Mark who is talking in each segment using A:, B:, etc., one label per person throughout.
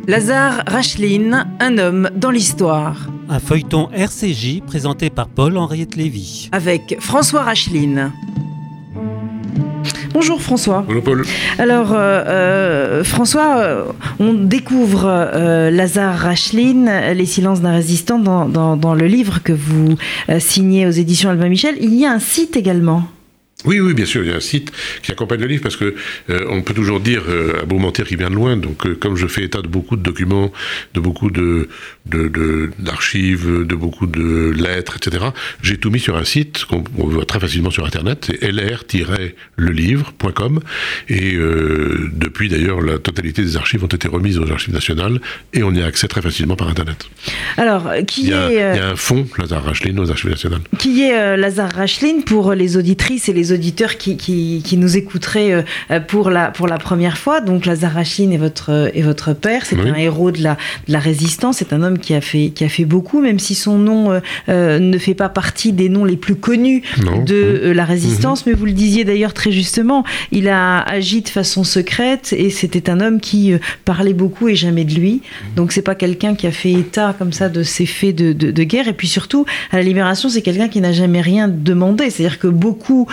A: Lazare Rachline, un homme dans l'histoire.
B: Un feuilleton RCJ présenté par Paul-Henriette Lévy.
A: Avec François Rachline. Bonjour François.
C: Bonjour Paul.
A: Alors François, on découvre Lazare Rachline, Les silences d'un résistant dans le livre que vous signez aux éditions Albin Michel. Il y a un site également.
C: Oui, bien sûr, il y a un site qui accompagne le livre parce que on peut toujours dire un beau mentir qui vient de loin. Donc, comme je fais état de beaucoup de documents, de beaucoup d'archives, de beaucoup de lettres, etc., j'ai tout mis sur un site qu'on voit très facilement sur Internet, c'est lr-lelivre.com. Et depuis d'ailleurs, la totalité des archives ont été remises aux Archives nationales et on y a accès très facilement par Internet.
A: Alors,
C: il y a un fonds Lazare Rachline aux Archives nationales.
A: Qui est Lazare Rachline pour les auditrices et les auditeurs qui nous écouteraient pour la première fois. Donc Lazare Rachline est votre père, c'est un héros de la résistance, c'est un homme qui a fait beaucoup, même si son nom ne fait pas partie des noms les plus connus de la résistance, mais vous le disiez d'ailleurs très justement, il a agi de façon secrète et c'était un homme qui parlait beaucoup et jamais de lui. Donc c'est pas quelqu'un qui a fait état comme ça de ses faits de guerre, et puis surtout à la Libération, c'est quelqu'un qui n'a jamais rien demandé, c'est-à-dire que beaucoup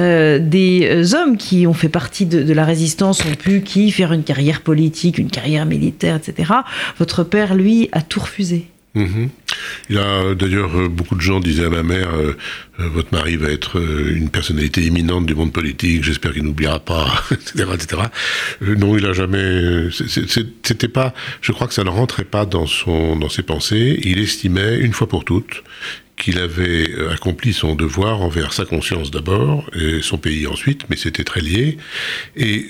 A: des hommes qui ont fait partie de la résistance ont pu faire une carrière politique, une carrière militaire, etc. Votre père, lui, a tout refusé.
C: Il a d'ailleurs, beaucoup de gens disaient à ma mère votre mari va être une personnalité éminente du monde politique, j'espère qu'il n'oubliera pas, etc. Non, il a jamais. C'était pas. Je crois que ça ne rentrait pas dans ses pensées. Il estimait une fois pour toutes qu'il avait accompli son devoir envers sa conscience d'abord et son pays ensuite, mais c'était très lié. Et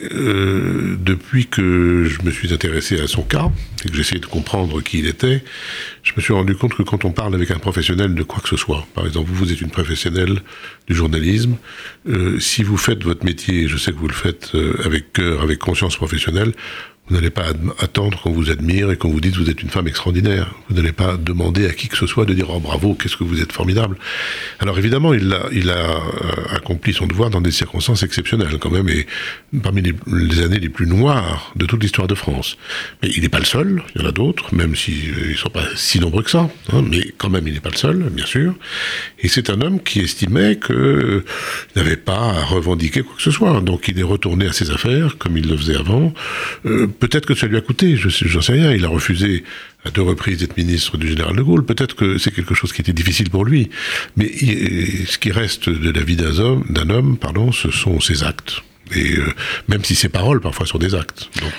C: depuis que je me suis intéressé à son cas et que j'essayais de comprendre qui il était, je me suis rendu compte que quand on parle avec un professionnel de quoi que ce soit, par exemple vous êtes une professionnelle du journalisme, si vous faites votre métier, je sais que vous le faites avec cœur, avec conscience professionnelle, vous n'allez pas attendre qu'on vous admire et qu'on vous dise vous êtes une femme extraordinaire. Vous n'allez pas demander à qui que ce soit de dire oh bravo, qu'est-ce que vous êtes formidable. Alors évidemment, il a accompli son devoir dans des circonstances exceptionnelles quand même, et parmi les années les plus noires de toute l'histoire de France. Mais il n'est pas le seul, il y en a d'autres, même s'ils ne sont pas si nombreux que ça, mais quand même il n'est pas le seul, bien sûr. Et c'est un homme qui estimait qu'il n'avait pas à revendiquer quoi que ce soit. Donc il est retourné à ses affaires, comme il le faisait avant. Peut-être que ça lui a coûté, j'en sais rien. Il a refusé à 2 reprises d'être ministre du général de Gaulle. Peut-être que c'est quelque chose qui était difficile pour lui. Mais ce qui reste de la vie d'un homme, ce sont ses actes. Et même si ses paroles, parfois, sont des actes. Donc,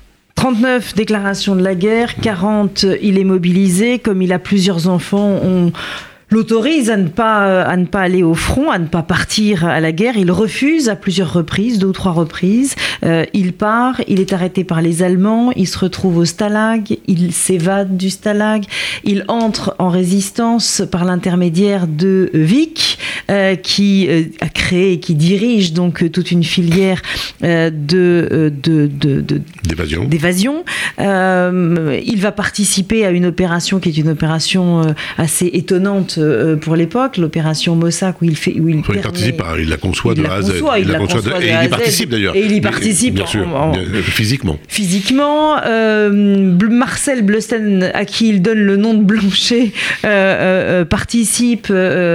A: 39 déclarations de la guerre, 40 il est mobilisé. Comme il a plusieurs enfants, on l'autorise à ne pas aller au front, à ne pas partir à la guerre. Il refuse à plusieurs reprises, 2 ou 3 reprises. Il part, il est arrêté par les Allemands, il se retrouve au Stalag, il s'évade du Stalag, il entre en résistance par l'intermédiaire de Wick, qui a créé et qui dirige donc toute une filière d'évasion. Il va participer à une opération qui est une opération assez étonnante pour l'époque, l'opération Mossack, où il participe,
C: il la conçoit de A à Z. Et il y participe d'ailleurs.
A: Et il y participe, bien sûr,
C: physiquement.
A: Marcel Bleustein, à qui il donne le nom de Blanchet, participe,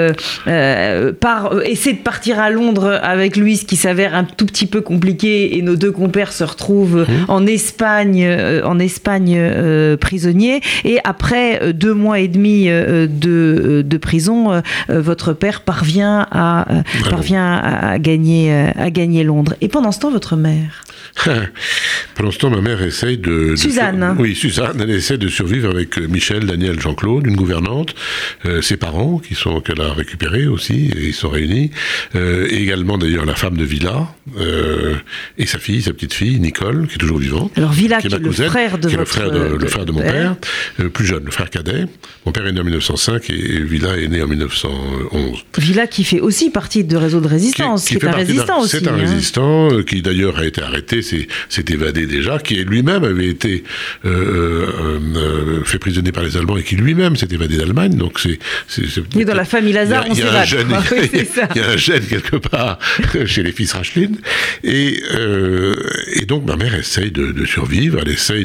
A: essaie de partir à Londres avec lui, ce qui s'avère un tout petit peu compliqué, et nos 2 compères se retrouvent en Espagne prisonniers. Et après 2 mois et demi de prison, votre père parvient à gagner Londres. Et pendant ce temps, votre mère
C: Pendant ce temps, ma mère essaye
A: Suzanne.
C: Suzanne, elle essaie de survivre avec Michel, Daniel, Jean-Claude, une gouvernante, ses parents, qu'elle a récupérés aussi, et ils sont réunis, et également d'ailleurs la femme de Villa, et sa petite fille, Nicole, qui est toujours vivante.
A: Alors Villa,
C: qui est
A: le frère de
C: le frère de mon père, plus jeune, le frère cadet. Mon père est né en 1905, et Villa est né en 1911.
A: Villa qui fait aussi partie de Réseau de Résistance, qui est un résistant aussi.
C: C'est un résistant qui d'ailleurs a été arrêté, s'est évadé déjà, qui lui-même avait été fait prisonnier par les Allemands et qui lui-même s'est évadé d'Allemagne. Donc
A: oui, dans la famille Lazare, on s'évade.
C: Il y a un gène quelque part chez les fils Rachline. Et donc ma mère essaye de survivre, elle essaye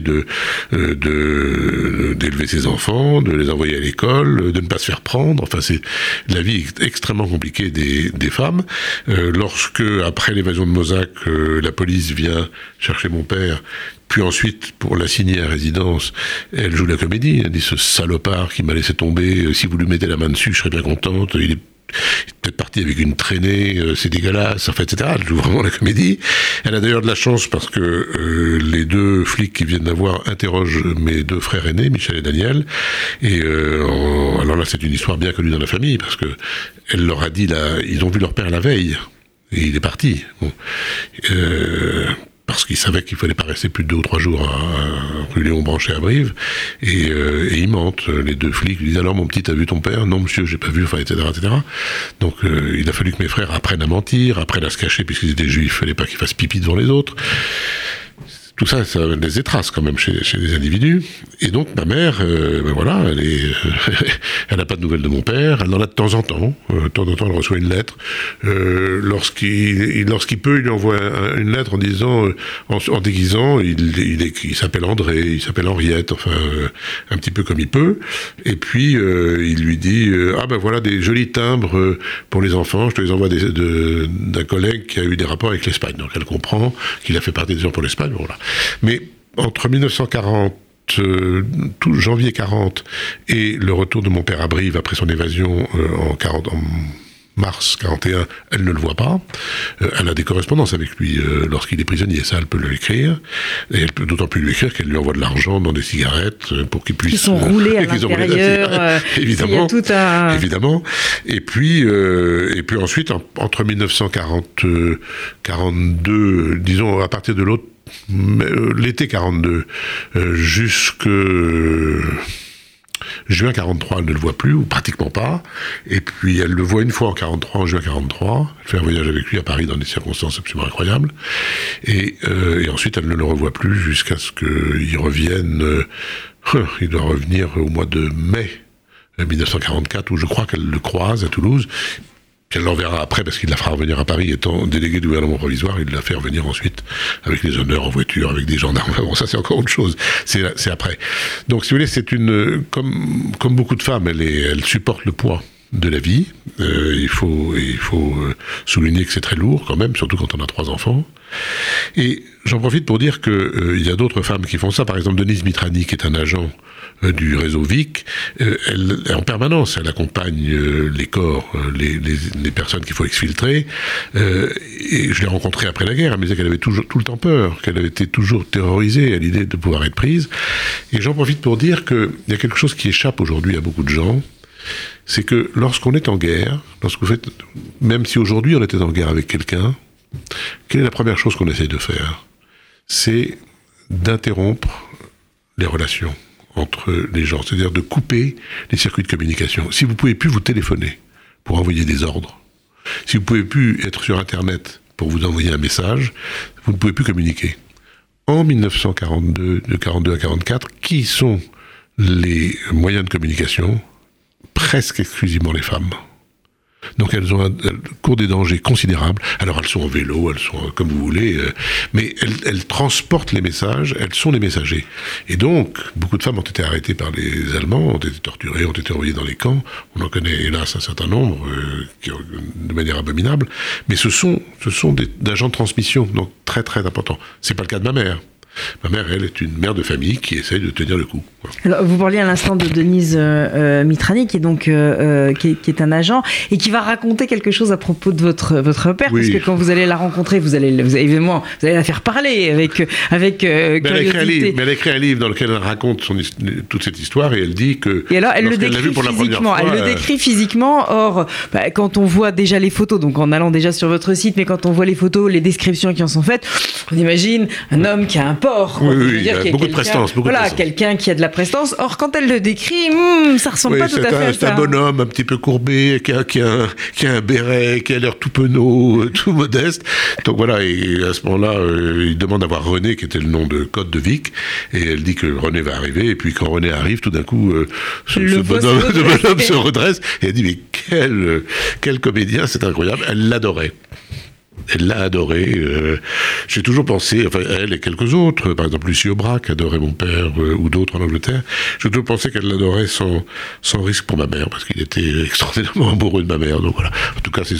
C: d'élever ses enfants, de les envoyer à l'école, de ne pas se faire prendre. Enfin, c'est la vie extrêmement compliquée des femmes. Lorsque, après l'évasion de Mozac, la police vient chercher mon père, puis ensuite, pour l'assigner à résidence, elle joue la comédie. Elle dit, ce salopard qui m'a laissé tomber, si vous lui mettez la main dessus, je serais bien contente. Il est peut-être parti avec une traînée, c'est dégueulasse, enfin, etc. Elle joue vraiment la comédie. Elle a d'ailleurs de la chance parce que les deux flics qui viennent d'avoir interrogent mes deux frères aînés, Michel et Daniel. Et alors là, c'est une histoire bien connue dans la famille parce que elle leur a dit, ils ont vu leur père la veille et il est parti. Bon. Parce qu'ils savaient qu'il ne fallait pas rester plus de 2 ou 3 jours à rue Léon Branchet à Brive, et ils mentent. Les deux flics lui disent, alors mon petit, t'as vu ton père? Non monsieur, j'ai pas vu, enfin, etc., etc. Donc il a fallu que mes frères apprennent à mentir, apprennent à se cacher, puisqu'ils étaient juifs, il fallait pas qu'ils fassent pipi devant les autres. Tout ça, ça laisse des traces quand même chez des individus. Et donc ma mère, voilà, elle n'a pas de nouvelles de mon père. Elle en a de temps en temps. De temps en temps, elle reçoit une lettre. Lorsqu'il peut, il lui envoie une lettre en disant, en déguisant, il s'appelle André, il s'appelle Henriette, enfin un petit peu comme il peut. Et puis il lui dit, voilà des jolis timbres pour les enfants. Je te les envoie d'un collègue qui a eu des rapports avec l'Espagne. Donc elle comprend qu'il a fait partie des gens pour l'Espagne. Voilà. Mais entre 1940, janvier 40, et le retour de mon père à Brive après son évasion en mars 41, elle ne le voit pas. Elle a des correspondances avec lui lorsqu'il est prisonnier, ça elle peut lui écrire. Et elle peut d'autant plus lui écrire qu'elle lui envoie de l'argent dans des cigarettes pour qu'il puisse...
A: Qui sont roulés à l'intérieur.
C: Évidemment.
A: Tout un...
C: Évidemment. Et puis ensuite, entre 1942, disons à partir de l'été 42, jusque juin 43, elle ne le voit plus, ou pratiquement pas. Et puis elle le voit une fois en 43, en juin 43. Elle fait un voyage avec lui à Paris dans des circonstances absolument incroyables. Et ensuite, elle ne le revoit plus jusqu'à ce qu'il revienne. Il doit revenir au mois de mai 1944, où je crois qu'elle le croise à Toulouse. Elle l'enverra après parce qu'il la fera revenir à Paris étant délégué du gouvernement provisoire. Il la fait revenir ensuite avec les honneurs en voiture, avec des gendarmes. Bon, ça c'est encore autre chose. C'est après. Donc si vous voulez, c'est comme beaucoup de femmes, elle supporte le poids de la vie. Il faut souligner que c'est très lourd quand même, surtout quand on a 3 enfants. Et j'en profite pour dire que il y a d'autres femmes qui font ça. Par exemple, Denise Mitrani, qui est un agent du réseau VIC, elle, en permanence, elle accompagne les corps, les personnes qu'il faut exfiltrer. Et je l'ai rencontrée après la guerre. Elle me disait qu'elle avait tout le temps peur, qu'elle avait été toujours terrorisée à l'idée de pouvoir être prise. Et j'en profite pour dire qu'il y a quelque chose qui échappe aujourd'hui à beaucoup de gens. C'est que lorsqu'on est en guerre, même si aujourd'hui on était en guerre avec quelqu'un, quelle est la première chose qu'on essaye de faire? C'est d'interrompre les relations entre les gens, c'est-à-dire de couper les circuits de communication. Si vous ne pouvez plus vous téléphoner pour envoyer des ordres, si vous ne pouvez plus être sur Internet pour vous envoyer un message, vous ne pouvez plus communiquer. En 1942, de 42 à 44, qui sont les moyens de communication? Presque exclusivement les femmes. Donc elles courent des dangers considérables. Alors elles sont en vélo, elles sont comme vous voulez, mais elles transportent les messages, elles sont les messagers. Et donc, beaucoup de femmes ont été arrêtées par les Allemands, ont été torturées, ont été envoyées dans les camps. On en connaît hélas un certain nombre, de manière abominable. Mais ce sont d'agents de transmission, donc très très importants. C'est pas le cas de ma mère. Ma mère, elle, est une mère de famille qui essaye de tenir le coup.
A: Alors, vous parliez à l'instant de Denise Mitrani, qui est donc qui est un agent et qui va raconter quelque chose à propos de votre père, oui. Parce que quand vous allez la rencontrer, vous allez la faire parler avec curiosité.
C: Mais elle a écrit un livre dans lequel elle raconte toute cette histoire et elle dit que.
A: Et alors, elle le décrit physiquement. Elle le décrit physiquement. Or, quand on voit déjà les photos, donc en allant déjà sur votre site, mais quand on voit les photos, les descriptions qui en sont faites, on imagine un homme qui a un porc.
C: Oui, il y a beaucoup de prestance.
A: Quelqu'un qui a de la prestance. Or, quand elle le décrit, ça ressemble pas tout à fait à ça.
C: C'est un bonhomme un petit peu courbé, qui a un béret, qui a l'air tout penaud, tout modeste. Donc voilà, et à ce moment-là, il demande à voir René, qui était le nom de code de Vic, et elle dit que René va arriver, et puis quand René arrive, tout d'un coup, ce bonhomme se redresse, et elle dit, mais quel comédien, c'est incroyable, elle l'adorait. Elle l'a adoré. J'ai toujours pensé, enfin elle et quelques autres, par exemple Lucie Aubrac adorait mon père ou d'autres en Angleterre. J'ai toujours pensé qu'elle l'adorait sans risque pour ma mère, parce qu'il était extraordinairement amoureux de ma mère. Donc voilà. En tout cas, c'est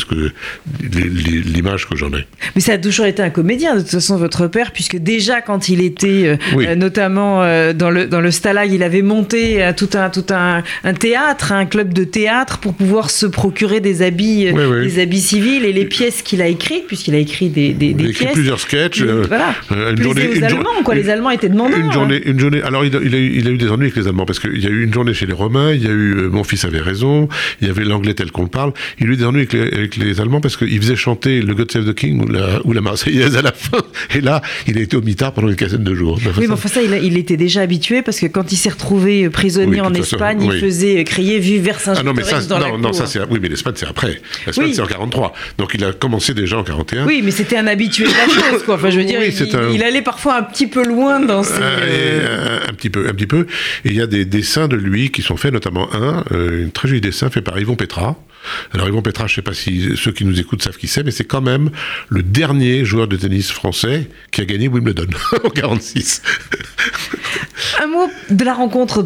C: l'image que j'en ai.
A: Mais ça a toujours été un comédien, de toute façon, votre père, puisque déjà quand il était notamment dans le Stalag, il avait monté tout un théâtre, un club de théâtre pour pouvoir se procurer des habits civils et les pièces qu'il a écrites. Puisqu'il a écrit des pièces. Il a écrit
C: plusieurs sketchs.
A: Les Allemands, les Allemands étaient demandeurs.
C: Une journée. Alors, il a eu des ennuis avec les Allemands, parce qu'il y a eu une journée chez les Romains, il y a eu Mon fils avait raison, il y avait l'anglais tel qu'on le parle. Il a eu des ennuis avec les Allemands, parce qu'il faisait chanter le God Save the King ou la Marseillaise à la fin. Et là, il a été au mitard pendant une quinzaine de jours.
A: Oui, mais enfin, ça, il était déjà habitué, parce que quand il s'est retrouvé prisonnier en Espagne, il faisait crier Vive Vercingétorix dans la cour.
C: Oui, mais l'Espagne, c'est après. L'Espagne, c'est en 43. Donc, il a commencé déjà en 41.
A: Oui, mais c'était un habitué de la chose, quoi. Enfin, je veux dire, il allait parfois un petit peu loin dans ses...
C: Un petit peu. Et il y a des dessins de lui qui sont faits, notamment un très joli dessin fait par Yvon Petra. Alors Yvon Petra, je ne sais pas si ceux qui nous écoutent savent qui c'est, mais c'est quand même le dernier joueur de tennis français qui a gagné Wimbledon en 46.
A: Un mot de la rencontre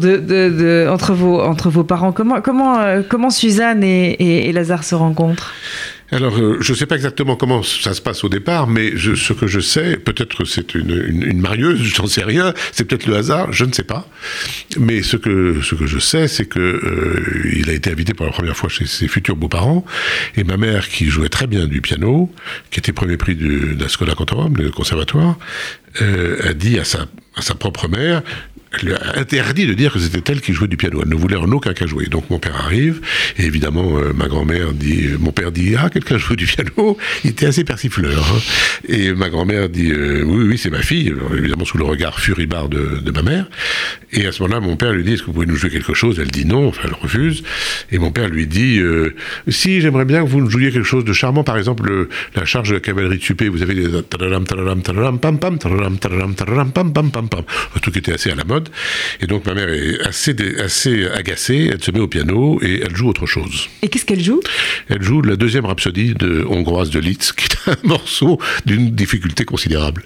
A: entre vos parents. Comment Suzanne et Lazare se rencontrent ?
C: Alors, je ne sais pas exactement comment ça se passe au départ, mais ce que je sais, peut-être c'est une marieuse, je n'en sais rien, c'est peut-être le hasard, je ne sais pas. Mais ce que je sais, c'est que il a été invité pour la première fois chez ses futurs beaux-parents, et ma mère, qui jouait très bien du piano, qui était premier prix de la Schola Cantorum, le conservatoire, a dit à sa propre mère... Elle lui a interdit de dire que c'était elle qui jouait du piano. Elle ne voulait en aucun cas jouer. Donc mon père arrive, et évidemment, mon père dit, quelqu'un joue du piano. Il était assez persifleur. Hein. Et ma grand-mère dit, oui, c'est ma fille. Alors, évidemment, sous le regard furibard de ma mère. Et à ce moment-là, mon père lui dit, est-ce que vous pouvez nous jouer quelque chose ? Elle dit non, enfin, elle refuse. Et mon père lui dit, si, j'aimerais bien que vous nous jouiez quelque chose de charmant. Par exemple, la charge de la cavalerie de Suppé, vous avez des tadadam, tadadam, tadadam, pam, pam, tadadam, tadadam, tadadam, pam, pam, pam, pam. Un truc qui était assez à la mode. Et donc ma mère est assez agacée, elle se met au piano et elle joue autre chose.
A: Et qu'est-ce qu'elle joue ?
C: Elle joue la deuxième rhapsodie hongroise de Liszt, qui est un morceau d'une difficulté considérable.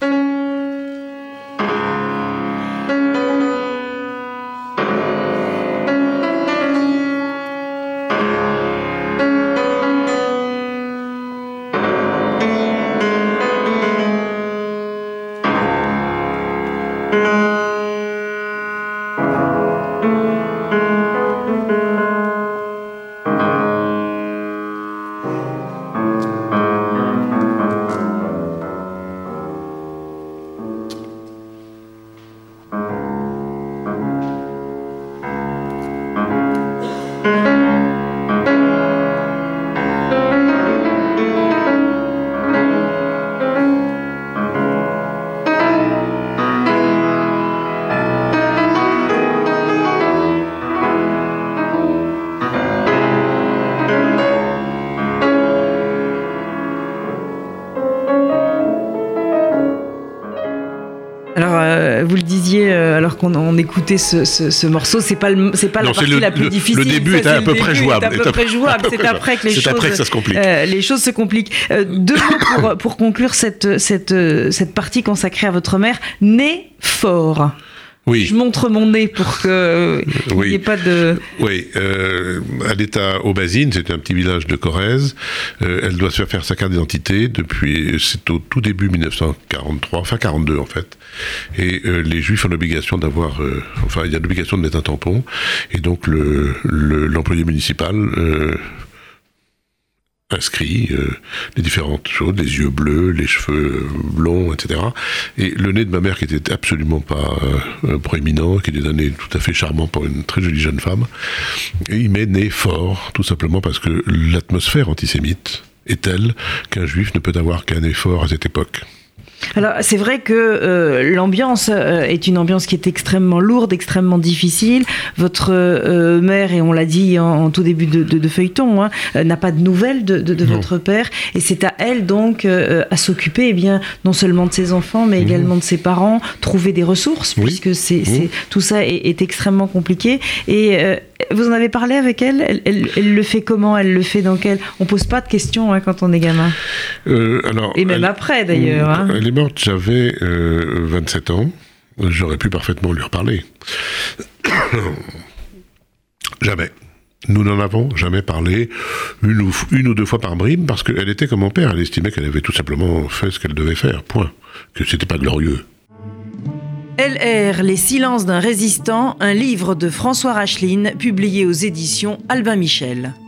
A: Vous le disiez alors qu'on écoutait ce morceau, c'est pas la partie la plus difficile.
C: Le début est à peu près jouable.
A: C'est après que
C: ça se complique.
A: Les choses se compliquent. Deux mots pour conclure cette partie consacrée à votre mère. Né fort.
C: Oui.
A: Je montre mon nez pour qu'il n'y ait pas de...
C: Oui, elle est à Aubazine, c'est un petit village de Corrèze. Elle doit se faire sa carte d'identité c'est au tout début 1943, enfin 42 en fait. Et les Juifs ont l'obligation d'avoir... il y a l'obligation de mettre un tampon. Et donc l'employé municipal... inscrit les différentes choses, les yeux bleus, les cheveux blonds, etc. Et le nez de ma mère qui était absolument pas proéminent, qui était un nez tout à fait charmant pour une très jolie jeune femme, et il met nez fort, tout simplement parce que l'atmosphère antisémite est telle qu'un juif ne peut avoir qu'un nez fort à cette époque.
A: Alors, c'est vrai que l'ambiance est une ambiance qui est extrêmement lourde, extrêmement difficile. Votre mère, et on l'a dit en tout début de feuilleton, n'a pas de nouvelles de votre père. Et c'est à elle, donc, à s'occuper, non seulement de ses enfants, mais également de ses parents, trouver des ressources, puisque tout ça est extrêmement compliqué. Et vous en avez parlé avec elle, elle le fait comment? Elle le fait dans quel... On pose pas de questions quand on est gamin. Et même après, d'ailleurs.
C: Elle est morte, j'avais 27 ans. J'aurais pu parfaitement lui reparler. Jamais. Nous n'en avons jamais parlé, une ou deux fois par bribes, parce qu'elle était comme mon père. Elle estimait qu'elle avait tout simplement fait ce qu'elle devait faire, point. Que c'était pas glorieux.
A: LR, les silences d'un résistant, un livre de François Racheline, publié aux éditions Albin Michel.